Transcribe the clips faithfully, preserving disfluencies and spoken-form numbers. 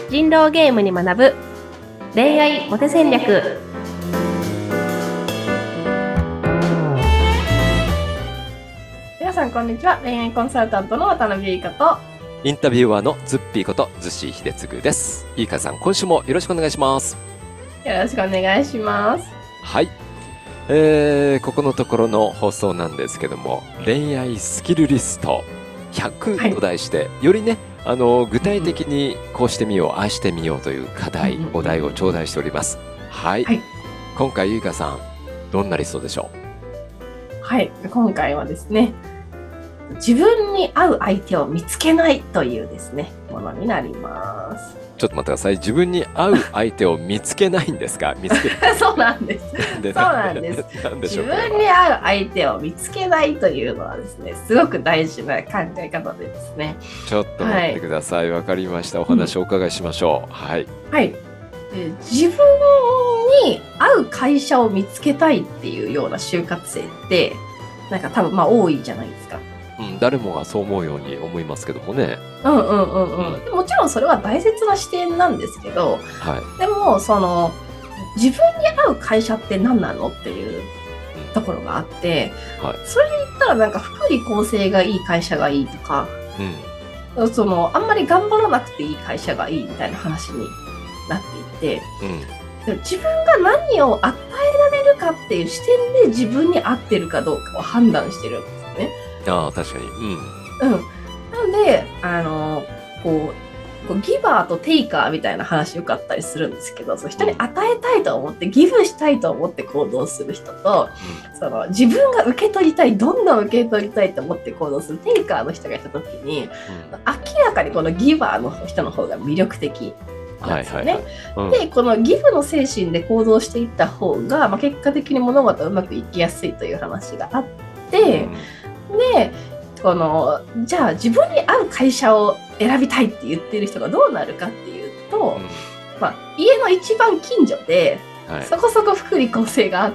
人狼ゲームに学ぶ恋愛モテ戦略。皆さんこんにちは。恋愛コンサルタントの渡辺優香とインタビュアーのズッピーことズシ秀嗣です。優香さん、今週もよろしくお願いします。 よろしくお願いします。 はい、えー、ここのところの放送なんですけども、恋愛スキルリストひゃくと題して、はい、よりねあの具体的にこうしてみよう、ああしてみようという課題、うん、お題を頂戴しております。はい、はい、今回優香さんどんなリストでしょう？ はい、今回はですね、自分に合う相手を見つけないというですねものになります。 ちょっと待ってください。自分に合う相手を見つけないんですか？見つけそうなんです。そうなんです。自分に合う相手を見つけないというのはですね、すごく大事な考え方でですね。 ちょっと待ってください。わ、はい、かりました。お話をお伺いしましょう。うん、はい。 はい。で、自分に合う会社を見つけたいっていうような就活生ってなんか多分まあ多いじゃないですか。 うん、誰もがそう思うように思いますけどもね。 うんうんうんうん。もちろんそれは大切な視点なんですけど、はい、でもその自分に合う会社って何なのっていうところがあって、うん、はい、それで言ったらなんか福利厚生がいい会社がいいとか、うん、そのあんまり頑張らなくていい会社がいいみたいな話になっていて、うん、自分が何を与えられるかっていう視点で自分に合ってるかどうかを判断してるんですよね。 ああ、確かに。うん。うん。 なので、あの、こう、こうギバーとテイカーみたいな話よくあったりするんですけど、そう人に与えたいと思って、ギブしたいと思って行動する人と、うん、その自分が受け取りたい、どんどん受け取りたいと思って行動するテイカーの人がいたときに、うん、明らかにこのギバーの人の方が魅力的。なんですよね。はいはいはい、うん、で、このギブの精神で行動していった方が、まあ、結果的に物事うまくいきやすいという話があって、うん、で、このじゃあ自分に合う会社を選びたいって言ってる人がどうなるかっていうと、うん、まあ、家の一番近所で、はい、そこそこ福利厚生があって、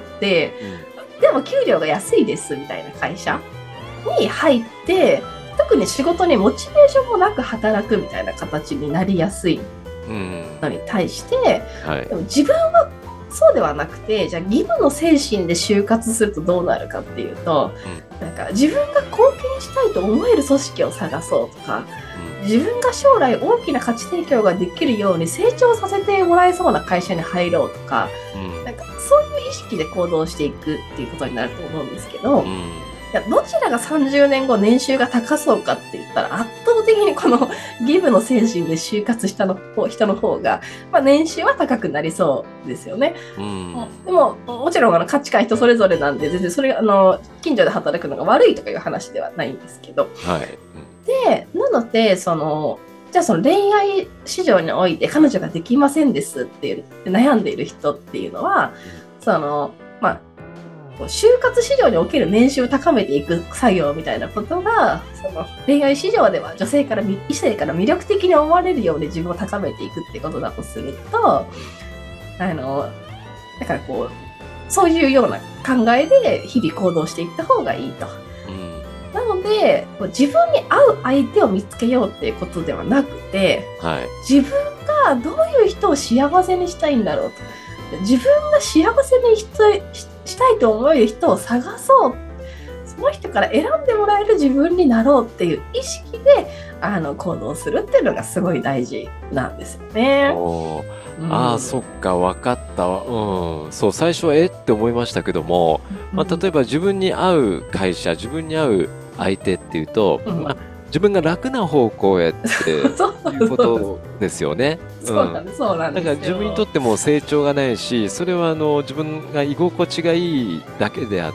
うん、でも給料が安いですみたいな会社に入って、特に仕事にモチベーションもなく働くみたいな形になりやすいのに対して、うん、はい、でも自分はそうではなくて、じゃあ義務の精神で就活するとどうなるかっていうと、うん、なんか自分が貢献したいと思える組織を探そうとか、うん、自分が将来大きな価値提供ができるように成長させてもらえそうな会社に入ろうとか、うん、なんかそういう意識で行動していくっていうことになると思うんですけど、うん、いやどちらがさんじゅうねんご年収が高そうかって言ったら、圧倒的にこのギブの精神で就活したの人の方が、まあ、年収は高くなりそうですよね。うん、でももちろんあの価値観人それぞれなんで、全然それがあの近所で働くのが悪いとかいう話ではないんですけど、はい、うん、でなのでそのじゃあその恋愛市場において彼女ができませんですっていう悩んでいる人っていうのは、そのまあ就活市場における年収を高めていく作業みたいなことが、その恋愛市場では女性から異性から魅力的に思われるように自分を高めていくってことだとすると、あのだからこうそういうような考えで日々行動していった方がいいと。うん、なので自分に合う相手を見つけようっていうことではなくて、はい、自分がどういう人を幸せにしたいんだろうと、自分が幸せにしてしたいと思える人を探そう、その人から選んでもらえる自分になろうっていう意識であの行動するっていうのがすごい大事なんですよね。 お、うん、ああ、そっか、分かったわ。うん、そう、最初はえって思いましたけども、うん、まあ、例えば自分に合う会社、自分に合う相手っていうと、うん、まあ、自分が楽な方向へっていうことですよね。 そうなんです、そうなんですよ。 だから自分にとっても成長がないし、それはあの自分が居心地がいいだけであって、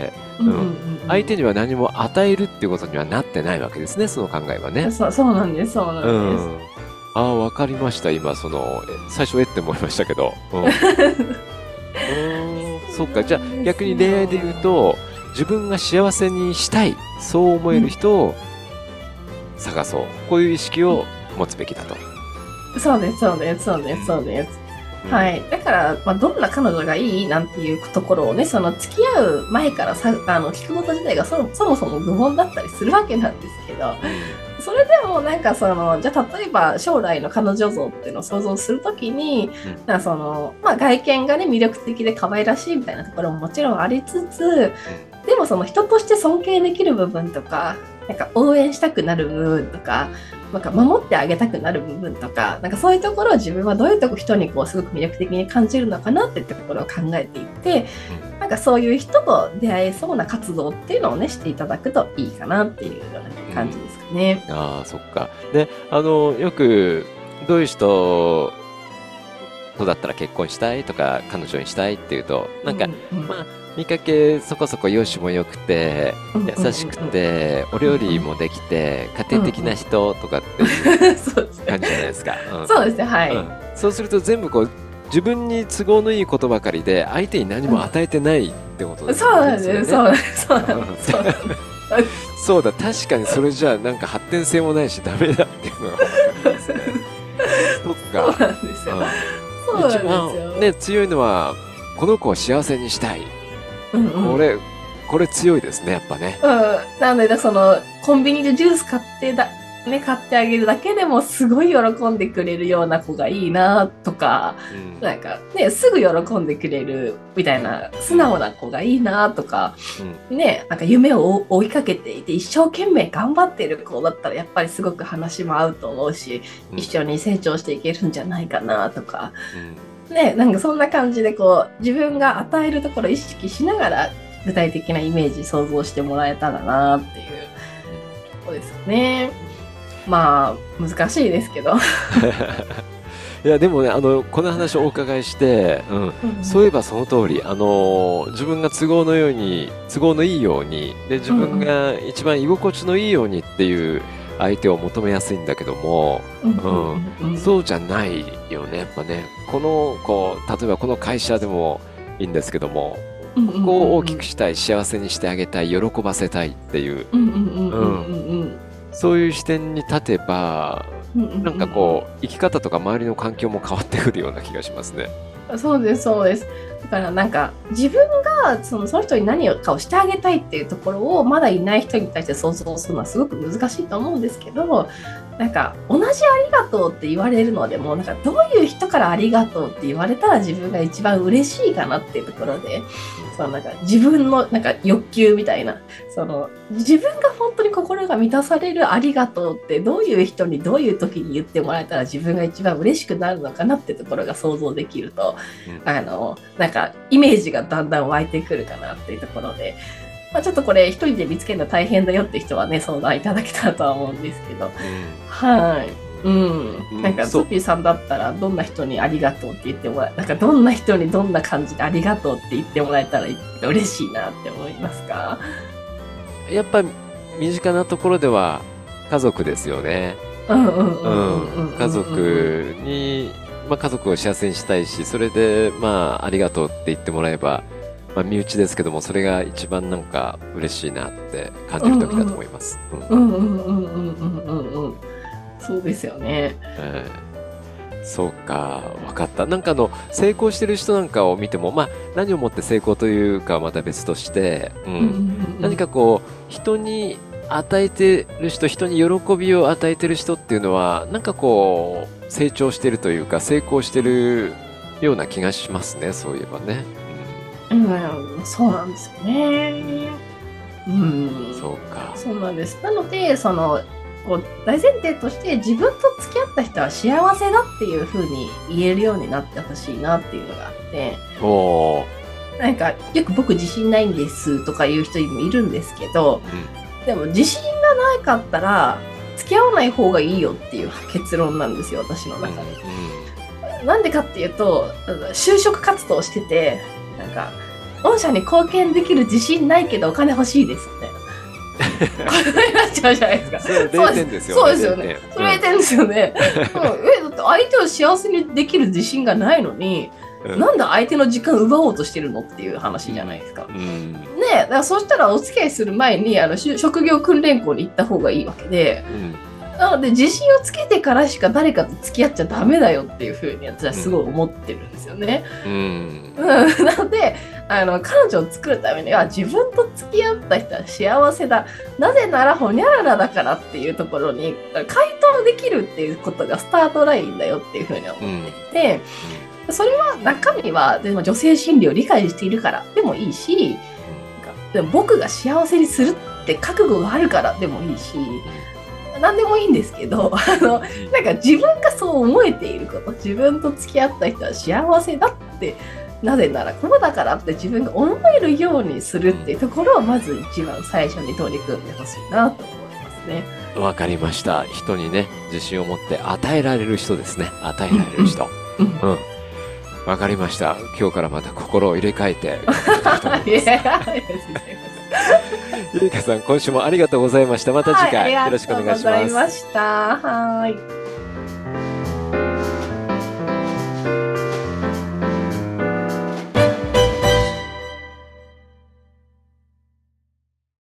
うんうんうんうん、相手には何も与えるっていうことにはなってないわけですね、その考えはね。 そう、そうなんです、そうなんです。うん、 ああ、わかりました。今その最初えって思いましたけど。うん、うん、そっか。じゃあ逆に恋愛で言うと、自分が幸せにしたい、そう思える人を探そう、こういう意識を持つべきだと。 そうです、そうです、そうです、そうです。 はい、だから、まあ、どんな彼女がいいなんていうところをね、その付き合う前からさあの聞くこと自体がそそもそも愚問だったりするわけなんですけど、それでもなんかそのじゃあ例えば将来の彼女像っていうのを想像するときに、なんかそのまあ、外見がね魅力的で可愛らしいみたいなところももちろんありつつ、でもその人として尊敬できる部分とか、なんか応援したくなる部分とか、なんか守ってあげたくなる部分とか、なんかそういうところを自分はどういうとこ人にこうすごく魅力的に感じるのかなっていうところを考えていて、なんかそういう人と出会えそうな活動っていうのをねしていただくといいかなっていうような感じですかね。 うん、ああ、そっか。で、あのよくどういう人とだったら結婚したいとか彼女にしたいっていうと、なんか、うんうん、まあ見かけそこそこ容姿も良くて優しくてお料理もできて家庭的な人とかっていう感じじゃないですか。 そうですね、はい、 うん。そうすると全部こう自分に都合のいいことばかりで相手に何も与えてないってことですよね。そうなんです、そうなんです、そうなんです。そうだ、確かにそれじゃあなんか発展性もないしダメだっていうのが分かりますね。そっか。 そうなんですよ。 うん、一番ね強いのはこの子を幸せにしたい。うんうん、これこれ強いですね、やっぱね。 うん、なのでそのコンビニでジュース買ってだ、ね、買ってあげるだけでもすごい喜んでくれるような子がいいなとか、うん、なんかねすぐ喜んでくれるみたいな素直な子がいいなとか、うん、ね、なんか夢を追いかけていて一生懸命頑張ってる子だったらやっぱりすごく話も合うと思うし、うん、一緒に成長していけるんじゃないかなとか。うん、ね、なんかそんな感じでこう自分が与えるところを意識しながら具体的なイメージ想像してもらえたらなっていうところですよね。まあ難しいですけどいやでもね、あのこの話をお伺いして、うんうん、そういえばその通り、あの自分が都合のように都合のいいようにで自分が一番居心地のいいようにっていう相手を求めやすいんだけども、うん、そうじゃないよね、やっぱね。このこう例えばこの会社でもいいんですけども、ここを大きくしたい、幸せにしてあげたい、喜ばせたいっていうそういう視点に立てば、なんかこう生き方とか周りの環境も変わってくるような気がしますね。 そうですそうです。だからなんか自分がそのその人に何かをしてあげたいっていうところをまだいない人に対して想像するのはすごく難しいと思うんですけど、なんか同じありがとうって言われるのでもなんかどういう人からありがとうって言われたら自分が一番嬉しいかなっていうところで、そのなんか自分のなんか欲求みたいな、その自分が本当に心が満たされるありがとうってどういう人にどういう時に言ってもらえたら自分が一番嬉しくなるのかなっていうところが想像できると、うん、あのなんかイメージがだんだん湧いてくるかなっていうところで、まあ、ちょっとこれ一人で見つけるの大変だよって人はね相談いただけたらとは思うんですけど、うん、はい、うん、なんかゾピーさんだったらどんな人にありがとうって言ってもらえ、なんかどんな人にどんな感じでありがとうって言ってもらえたら嬉しいなって思いますか？ やっぱ身近なところでは家族ですよね。家族に、まあ、家族を幸せにしたいし、それでまあありがとうって言ってもらえば、まあ、身内ですけどもそれが一番なんか嬉しいなって感じる時だと思います。 そうですよね。 えー、そうか、分かった。なんかあの成功してる人なんかを見ても、まあ何をもって成功というかはまた別として、うん、何かこう人に与えてる人、人に喜びを与えてる人っていうのはなんかこう成長してるというか成功してるような気がしますね。そういえばね。 うん、うん、そうなんですよね。うん、 そうか。 そうなんです。なのでそのこう大前提として自分と付き合った人は幸せだっていう風に言えるようになってほしいなっていうのがあって、 おなんかよく僕自信ないんですとか言う人もいるんですけど、うん、でも自信がなかったら付き合わない方がいいよっていう結論なんですよ、私の中で。うんうん、なんでかっていうと就職活動しててなんか御社に貢献できる自信ないけどお金欲しいですみたいなことになっちゃうじゃないですか。 それれいてんですよね。 そうですよね。それれいてんですよね。え、だって相手を幸せにできる自信がないのに、うん、なんで相手の時間奪おうとしてるのっていう話じゃないですか。うん、ねえ、だからそしたらお付き合いする前にあの職業訓練校に行った方がいいわけで、 なので自信をつけてからしか誰かと付き合っちゃダメだよっていうふうに私はすごい思ってるんですよね。 うん。 うん、なのであの彼女を作るためには自分と付き合った人は幸せだ、なぜならほにゃららだからっていうところに回答できるっていうことがスタートラインだよっていうふうに思っていて、うん、それは中身はでも女性心理を理解しているからでもいいし、でも僕が幸せにするって覚悟があるからでもいいし、何でもいいんですけど、あのなんか自分がそう思えていること、自分と付き合った人は幸せだって、なぜならこうだからって自分が思えるようにするっていうところをまず一番最初に取り組んでほしいなと思いますね。 わかりました。人にね、自信を持って与えられる人ですね。与えられる人。うん。わ、うん、かりました。今日からまた心を入れ替えて。ゆりかさん、今週もありがとうございました。また次回、よろしくお願いします。 ありがとうございました。はい。